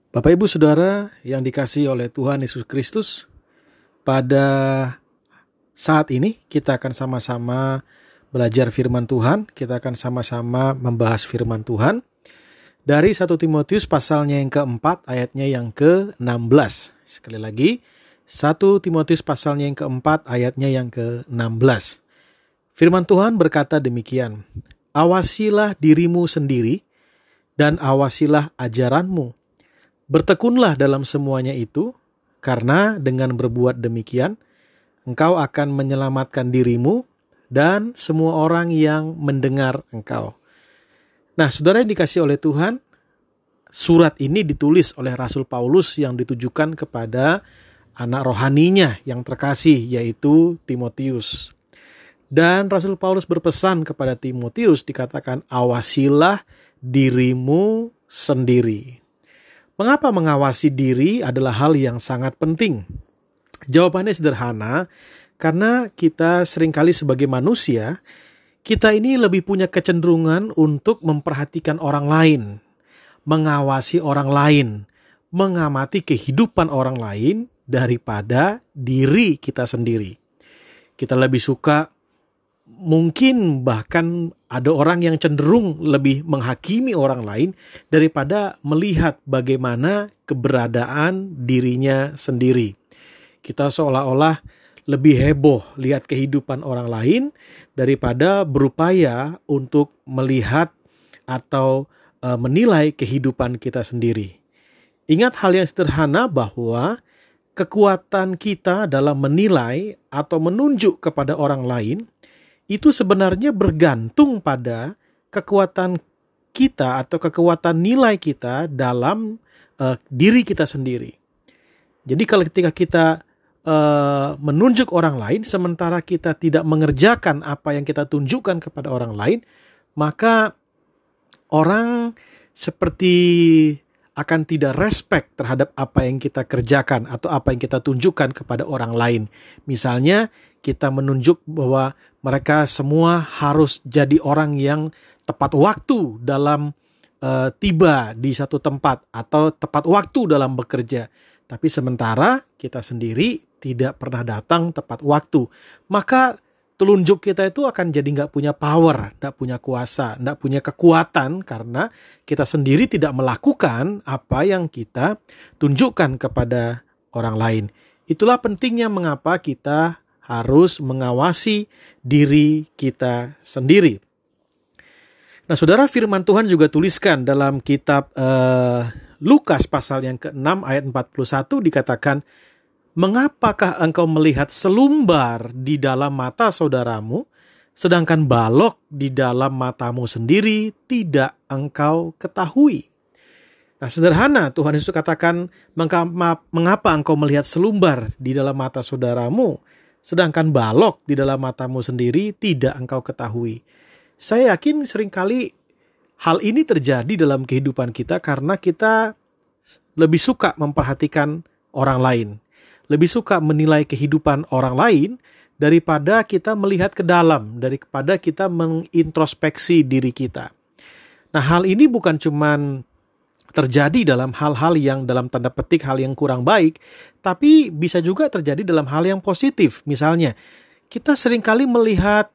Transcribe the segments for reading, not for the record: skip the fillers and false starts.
Bapak Ibu Saudara yang dikasihi oleh Tuhan Yesus Kristus, pada saat ini kita akan sama-sama belajar firman Tuhan. Kita akan sama-sama membahas firman Tuhan dari 1 Timotius pasalnya yang keempat ayatnya yang ke-16. Sekali lagi, 1 Timotius pasalnya yang keempat ayatnya yang ke-16. Firman Tuhan berkata demikian, "Awasilah dirimu sendiri dan awasilah ajaranmu. Bertekunlah dalam semuanya itu, karena dengan berbuat demikian, engkau akan menyelamatkan dirimu dan semua orang yang mendengar engkau." Nah, saudara yang dikasihi oleh Tuhan, surat ini ditulis oleh Rasul Paulus yang ditujukan kepada anak rohaninya yang terkasih, yaitu Timotius. Dan Rasul Paulus berpesan kepada Timotius, dikatakan, "Awasilah dirimu sendiri." Mengapa mengawasi diri adalah hal yang sangat penting? Jawabannya sederhana, karena kita seringkali sebagai manusia, kita ini lebih punya kecenderungan untuk memperhatikan orang lain, mengawasi orang lain, mengamati kehidupan orang lain daripada diri kita sendiri. Kita lebih suka, mungkin bahkan ada orang yang cenderung lebih menghakimi orang lain daripada melihat bagaimana keberadaan dirinya sendiri. Kita seolah-olah lebih heboh lihat kehidupan orang lain daripada berupaya untuk melihat atau menilai kehidupan kita sendiri. Ingat hal yang sederhana bahwa kekuatan kita dalam menilai atau menunjuk kepada orang lain itu sebenarnya bergantung pada kekuatan kita atau kekuatan nilai kita dalam diri kita sendiri. Jadi kalau ketika kita menunjuk orang lain sementara kita tidak mengerjakan apa yang kita tunjukkan kepada orang lain, maka orang seperti akan tidak respect terhadap apa yang kita kerjakan atau apa yang kita tunjukkan kepada orang lain. Misalnya kita menunjuk bahwa mereka semua harus jadi orang yang tepat waktu dalam tiba di satu tempat atau tepat waktu dalam bekerja. Tapi sementara kita sendiri tidak pernah datang tepat waktu. Maka telunjuk kita itu akan jadi nggak punya power, nggak punya kuasa, nggak punya kekuatan karena kita sendiri tidak melakukan apa yang kita tunjukkan kepada orang lain. Itulah pentingnya mengapa kita harus mengawasi diri kita sendiri. Nah, saudara, firman Tuhan juga tuliskan dalam kitab Lukas pasal yang ke-6 ayat 41 dikatakan, "Mengapakah engkau melihat selumbar di dalam mata saudaramu, sedangkan balok di dalam matamu sendiri tidak engkau ketahui?" Nah, sederhana, Tuhan Yesus katakan, "Mengapa engkau melihat selumbar di dalam mata saudaramu, sedangkan balok di dalam matamu sendiri tidak engkau ketahui?" Saya yakin seringkali hal ini terjadi dalam kehidupan kita karena kita lebih suka memperhatikan orang lain, lebih suka menilai kehidupan orang lain daripada kita melihat ke dalam, daripada kita mengintrospeksi diri kita. Nah, hal ini bukan cuman terjadi dalam hal-hal yang dalam tanda petik hal yang kurang baik, tapi bisa juga terjadi dalam hal yang positif. Misalnya, kita seringkali melihat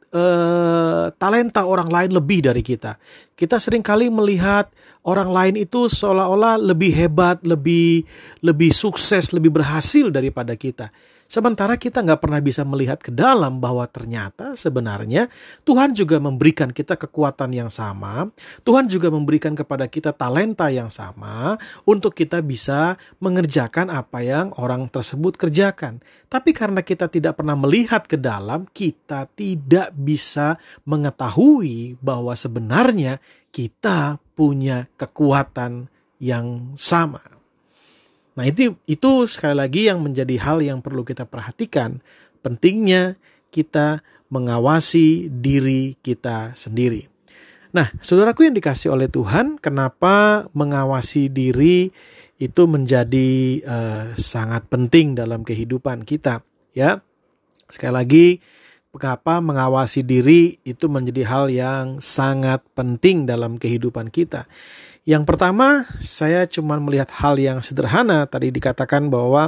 talenta orang lain lebih dari kita. Kita seringkali melihat orang lain itu seolah-olah lebih hebat, lebih sukses, lebih berhasil daripada kita. Sementara kita nggak pernah bisa melihat ke dalam bahwa ternyata sebenarnya Tuhan juga memberikan kita kekuatan yang sama. Tuhan juga memberikan kepada kita talenta yang sama untuk kita bisa mengerjakan apa yang orang tersebut kerjakan. Tapi karena kita tidak pernah melihat ke dalam, kita tidak bisa mengetahui bahwa sebenarnya kita punya kekuatan yang sama. Nah, itu sekali lagi yang menjadi hal yang perlu kita perhatikan. Pentingnya kita mengawasi diri kita sendiri. Nah, saudaraku yang dikasihi oleh Tuhan, kenapa mengawasi diri itu menjadi sangat penting dalam kehidupan kita, ya? Sekali lagi, mengapa mengawasi diri itu menjadi hal yang sangat penting dalam kehidupan kita. Yang pertama, saya cuma melihat hal yang sederhana. Tadi dikatakan bahwa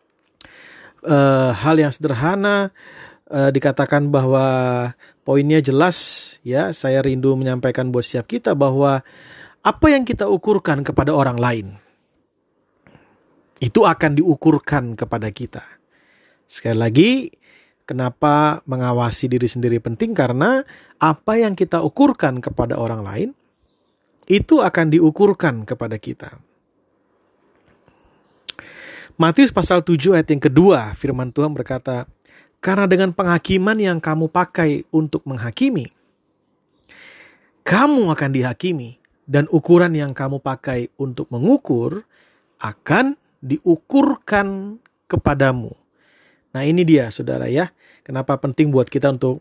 hal yang sederhana, dikatakan bahwa poinnya jelas ya. Saya rindu menyampaikan buat setiap kita bahwa apa yang kita ukurkan kepada orang lain, itu akan diukurkan kepada kita. Sekali lagi, kenapa mengawasi diri sendiri penting? Karena apa yang kita ukurkan kepada orang lain, itu akan diukurkan kepada kita. Matius pasal 7 ayat yang kedua, firman Tuhan berkata, karena dengan penghakiman yang kamu pakai untuk menghakimi, kamu akan dihakimi, dan ukuran yang kamu pakai untuk mengukur akan diukurkan kepadamu. Nah, ini dia saudara ya, kenapa penting buat kita untuk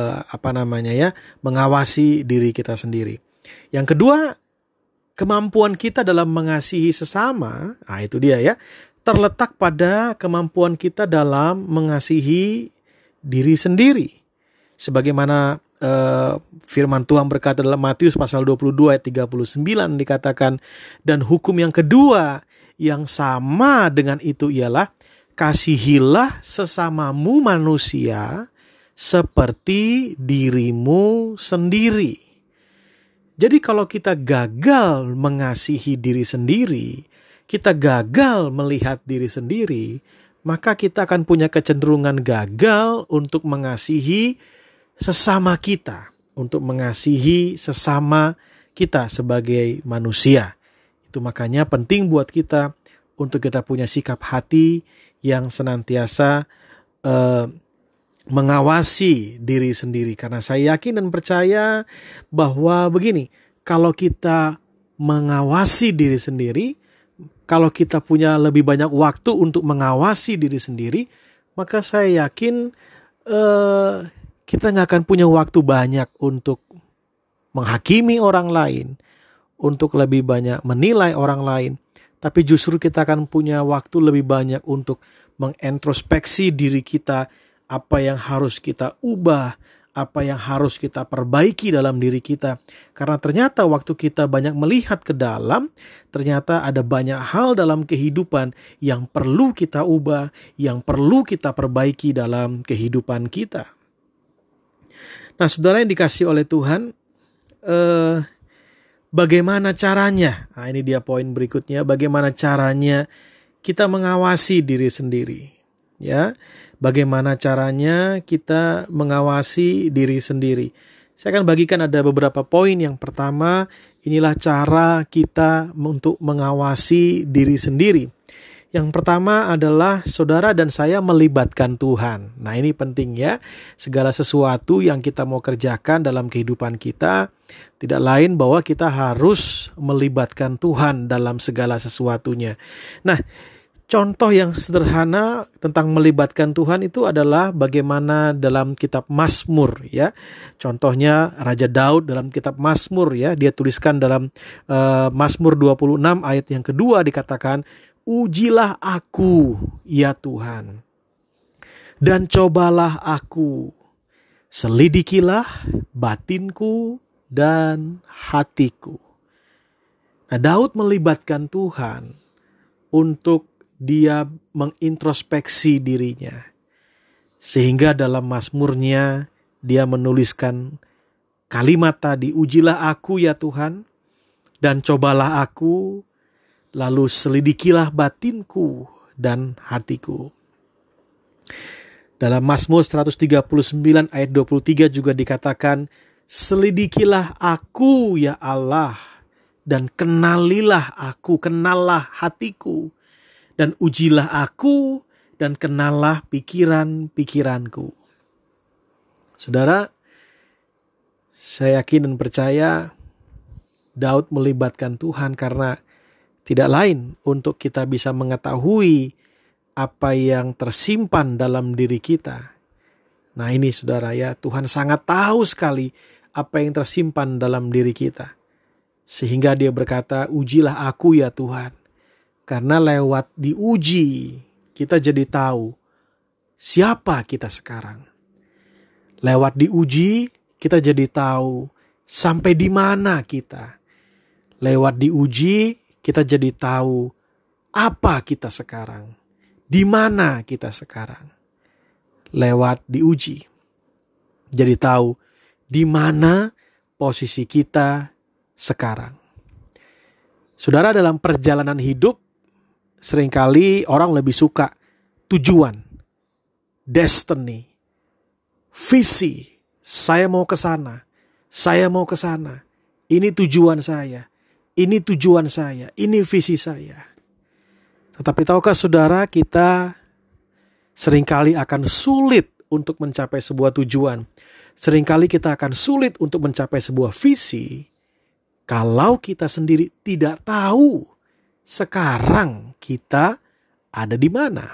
mengawasi diri kita sendiri. Yang kedua, kemampuan kita dalam mengasihi sesama, itu dia ya, terletak pada kemampuan kita dalam mengasihi diri sendiri. Sebagaimana firman Tuhan berkata dalam Matius pasal 22 ayat 39 dikatakan, dan hukum yang kedua yang sama dengan itu ialah, kasihilah sesamamu manusia seperti dirimu sendiri. Jadi kalau kita gagal mengasihi diri sendiri, kita gagal melihat diri sendiri, maka kita akan punya kecenderungan gagal untuk mengasihi sesama kita, untuk mengasihi sesama kita sebagai manusia. Itu makanya penting buat kita untuk kita punya sikap hati yang senantiasa mengawasi diri sendiri. Karena saya yakin dan percaya bahwa begini, kalau kita mengawasi diri sendiri, kalau kita punya lebih banyak waktu untuk mengawasi diri sendiri, maka saya yakin kita gak akan punya waktu banyak untuk menghakimi orang lain, untuk lebih banyak menilai orang lain. Tapi justru kita akan punya waktu lebih banyak untuk mengintrospeksi diri kita, apa yang harus kita ubah, apa yang harus kita perbaiki dalam diri kita. Karena ternyata waktu kita banyak melihat ke dalam, ternyata ada banyak hal dalam kehidupan yang perlu kita ubah, yang perlu kita perbaiki dalam kehidupan kita. Nah, saudara yang dikasihi oleh Tuhan, bagaimana caranya? Nah, ini dia poin berikutnya, bagaimana caranya kita mengawasi diri sendiri. Ya, bagaimana caranya kita mengawasi diri sendiri? Saya akan bagikan ada beberapa poin. Yang pertama, inilah cara kita untuk mengawasi diri sendiri. Yang pertama adalah saudara dan saya melibatkan Tuhan. Nah, ini penting ya. Segala sesuatu yang kita mau kerjakan dalam kehidupan kita, tidak lain bahwa kita harus melibatkan Tuhan dalam segala sesuatunya. Nah, contoh yang sederhana tentang melibatkan Tuhan itu adalah bagaimana dalam kitab Mazmur ya. Contohnya Raja Daud dalam kitab Mazmur ya, dia tuliskan dalam Mazmur 26 ayat yang kedua dikatakan, ujilah aku ya Tuhan, dan cobalah aku, selidikilah batinku dan hatiku. Nah, Daud melibatkan Tuhan untuk dia mengintrospeksi dirinya. Sehingga dalam Mazmurnya dia menuliskan kalimat tadi, ujilah aku ya Tuhan, dan cobalah aku, lalu selidikilah batinku dan hatiku. Dalam Mazmur 139 ayat 23 juga dikatakan, selidikilah aku ya Allah, dan kenalilah aku, kenallah hatiku, dan ujilah aku, dan kenallah pikiran-pikiranku. Saudara, saya yakin dan percaya Daud melibatkan Tuhan karena tidak lain untuk kita bisa mengetahui apa yang tersimpan dalam diri kita. Nah, ini saudara ya, Tuhan sangat tahu sekali apa yang tersimpan dalam diri kita. Sehingga dia berkata, ujilah aku ya Tuhan. Karena lewat diuji, kita jadi tahu siapa kita sekarang. Lewat diuji, kita jadi tahu sampai di mana kita. Lewat diuji, kita jadi tahu apa kita sekarang, di mana kita sekarang. Lewat diuji, jadi tahu di mana posisi kita sekarang. Saudara, dalam perjalanan hidup, seringkali orang lebih suka tujuan, destiny, visi. Saya mau ke sana, saya mau ke sana. Ini tujuan saya, ini tujuan saya, ini visi saya. Tetapi tahukah saudara, kita seringkali akan sulit untuk mencapai sebuah tujuan. Seringkali kita akan sulit untuk mencapai sebuah visi kalau kita sendiri tidak tahu sekarang kita ada di mana.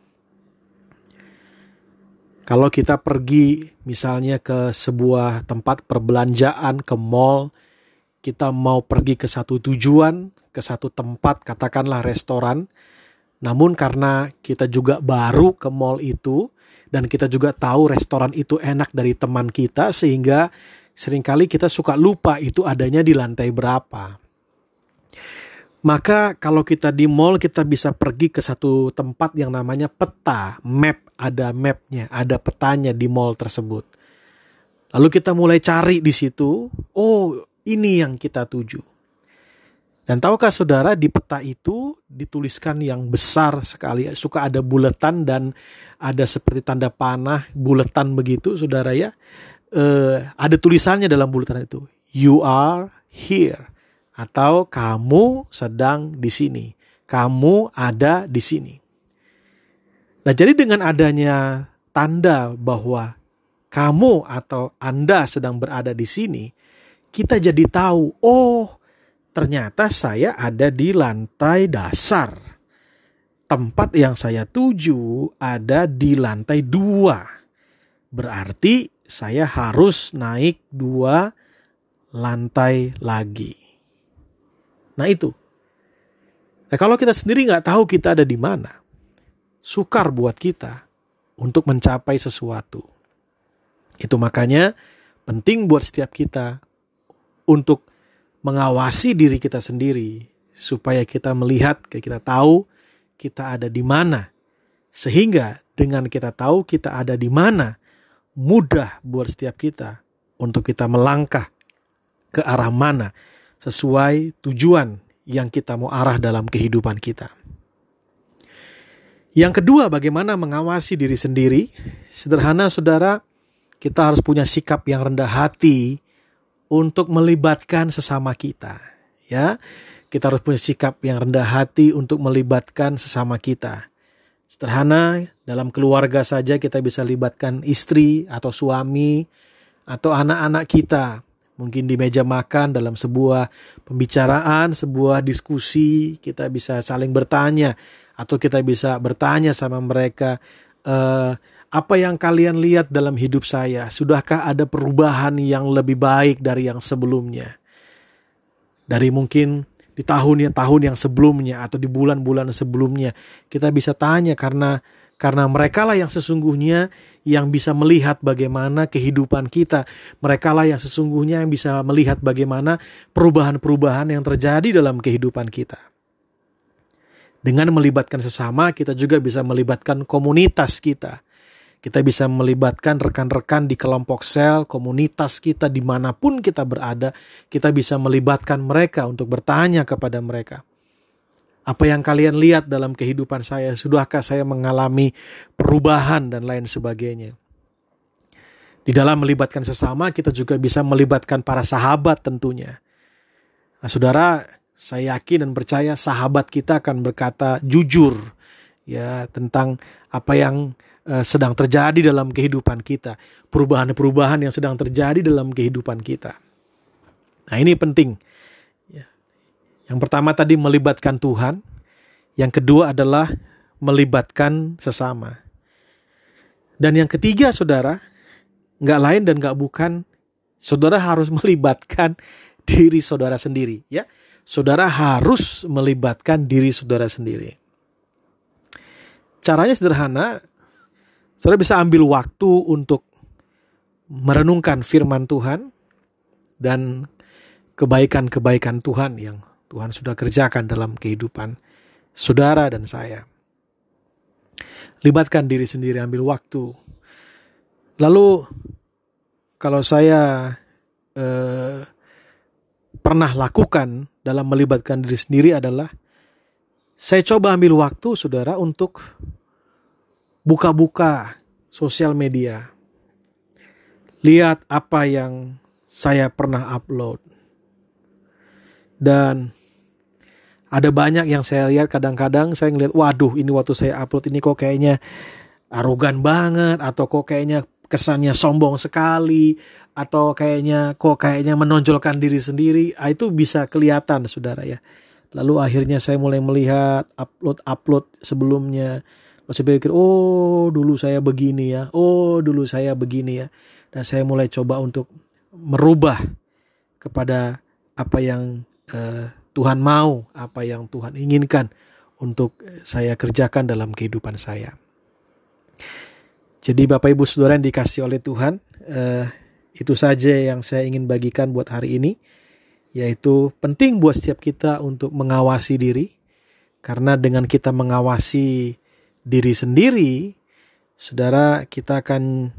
Kalau kita pergi misalnya ke sebuah tempat perbelanjaan, ke mall, kita mau pergi ke satu tujuan, ke satu tempat, katakanlah restoran. Namun karena kita juga baru ke mall itu, dan kita juga tahu restoran itu enak dari teman kita, sehingga seringkali kita suka lupa itu adanya di lantai berapa. Maka kalau kita di mall, kita bisa pergi ke satu tempat yang namanya peta, map, ada mapnya, ada petanya di mall tersebut. Lalu kita mulai cari di situ, oh ini yang kita tuju. Dan tahukah saudara, di peta itu dituliskan yang besar sekali, suka ada buletan dan ada seperti tanda panah, buletan begitu saudara ya. Ada tulisannya dalam buletan itu, you are here, atau kamu sedang di sini, kamu ada di sini. Nah, jadi dengan adanya tanda bahwa kamu atau Anda sedang berada di sini, kita jadi tahu, oh ternyata saya ada di lantai dasar. Tempat yang saya tuju ada di lantai 2. Berarti saya harus naik 2 lantai lagi. Nah itu. Nah kalau kita sendiri nggak tahu kita ada di mana, sukar buat kita untuk mencapai sesuatu. Itu makanya penting buat setiap kita untuk mengawasi diri kita sendiri, supaya kita melihat, kita tahu kita ada di mana. Sehingga dengan kita tahu kita ada di mana, mudah buat setiap kita untuk kita melangkah ke arah mana sesuai tujuan yang kita mau arah dalam kehidupan kita. Yang kedua, bagaimana mengawasi diri sendiri? Sederhana saudara, kita harus punya sikap yang rendah hati untuk melibatkan sesama kita. Ya, kita harus punya sikap yang rendah hati untuk melibatkan sesama kita. Sederhana, dalam keluarga saja kita bisa libatkan istri atau suami atau anak-anak kita. Mungkin di meja makan, dalam sebuah pembicaraan, sebuah diskusi, kita bisa saling bertanya. Atau kita bisa bertanya sama mereka, apa yang kalian lihat dalam hidup saya? Sudahkah ada perubahan yang lebih baik dari yang sebelumnya? Dari mungkin di tahun yang sebelumnya atau di bulan-bulan sebelumnya, kita bisa tanya karena mereka lah yang sesungguhnya yang bisa melihat bagaimana kehidupan kita. Mereka lah yang sesungguhnya yang bisa melihat bagaimana perubahan-perubahan yang terjadi dalam kehidupan kita. Dengan melibatkan sesama, kita juga bisa melibatkan komunitas kita. Kita bisa melibatkan rekan-rekan di kelompok sel, komunitas kita dimanapun kita berada. Kita bisa melibatkan mereka untuk bertanya kepada mereka. Apa yang kalian lihat dalam kehidupan saya? Sudahkah saya mengalami perubahan dan lain sebagainya? Di dalam melibatkan sesama, kita juga bisa melibatkan para sahabat tentunya. Nah saudara, saya yakin dan percaya sahabat kita akan berkata jujur ya tentang apa yang sedang terjadi dalam kehidupan kita, perubahan-perubahan yang sedang terjadi dalam kehidupan kita. Nah ini penting. Yang pertama tadi melibatkan Tuhan, yang kedua adalah melibatkan sesama. Dan yang ketiga saudara, nggak lain dan nggak bukan, saudara harus melibatkan diri saudara sendiri. Ya, saudara harus melibatkan diri saudara sendiri. Caranya sederhana. Saudara bisa ambil waktu untuk merenungkan firman Tuhan. Dan kebaikan-kebaikan Tuhan yang Tuhan sudah kerjakan dalam kehidupan saudara dan saya. Libatkan diri sendiri, ambil waktu. Lalu kalau saya pernah lakukan dalam melibatkan diri sendiri adalah saya coba ambil waktu saudara untuk buka-buka sosial media. Lihat apa yang saya pernah upload. Dan ada banyak yang saya lihat, kadang-kadang saya ngeliat, waduh ini waktu saya upload ini kok kayaknya arogan banget, atau kok kayaknya kesannya sombong sekali, atau kayaknya menonjolkan diri sendiri. Itu bisa kelihatan saudara ya. Lalu akhirnya saya mulai melihat upload sebelumnya. Lalu saya pikir, oh dulu saya begini ya, oh dulu saya begini ya. Dan saya mulai coba untuk merubah kepada apa yang Tuhan mau, apa yang Tuhan inginkan untuk saya kerjakan dalam kehidupan saya. Jadi Bapak Ibu Saudara yang dikasihi oleh Tuhan, itu saja yang saya ingin bagikan buat hari ini, yaitu penting buat setiap kita untuk mengawasi diri, karena dengan kita mengawasi diri sendiri, saudara, kita akan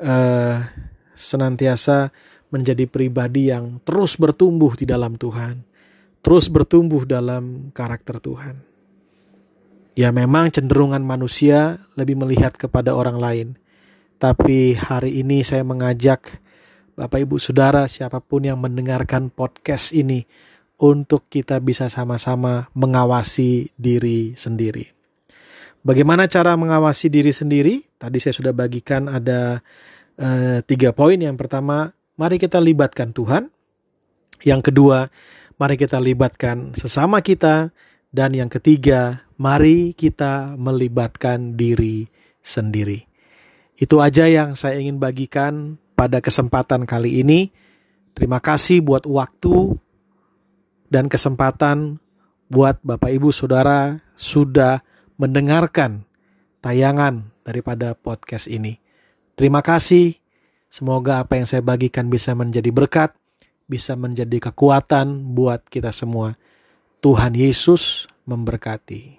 senantiasa menjadi pribadi yang terus bertumbuh di dalam Tuhan, terus bertumbuh dalam karakter Tuhan. Ya memang cenderungan manusia lebih melihat kepada orang lain. Tapi hari ini saya mengajak Bapak Ibu Saudara, siapapun yang mendengarkan podcast ini, untuk kita bisa sama-sama mengawasi diri sendiri. Bagaimana cara mengawasi diri sendiri? Tadi saya sudah bagikan ada 3 poin. Yang pertama, mari kita libatkan Tuhan. Yang kedua, mari kita libatkan sesama kita. Dan yang ketiga, mari kita melibatkan diri sendiri. Itu aja yang saya ingin bagikan pada kesempatan kali ini. Terima kasih buat waktu dan kesempatan buat Bapak Ibu Saudara sudah mendengarkan tayangan daripada podcast ini. Terima kasih. Semoga apa yang saya bagikan bisa menjadi berkat, bisa menjadi kekuatan buat kita semua. Tuhan Yesus memberkati.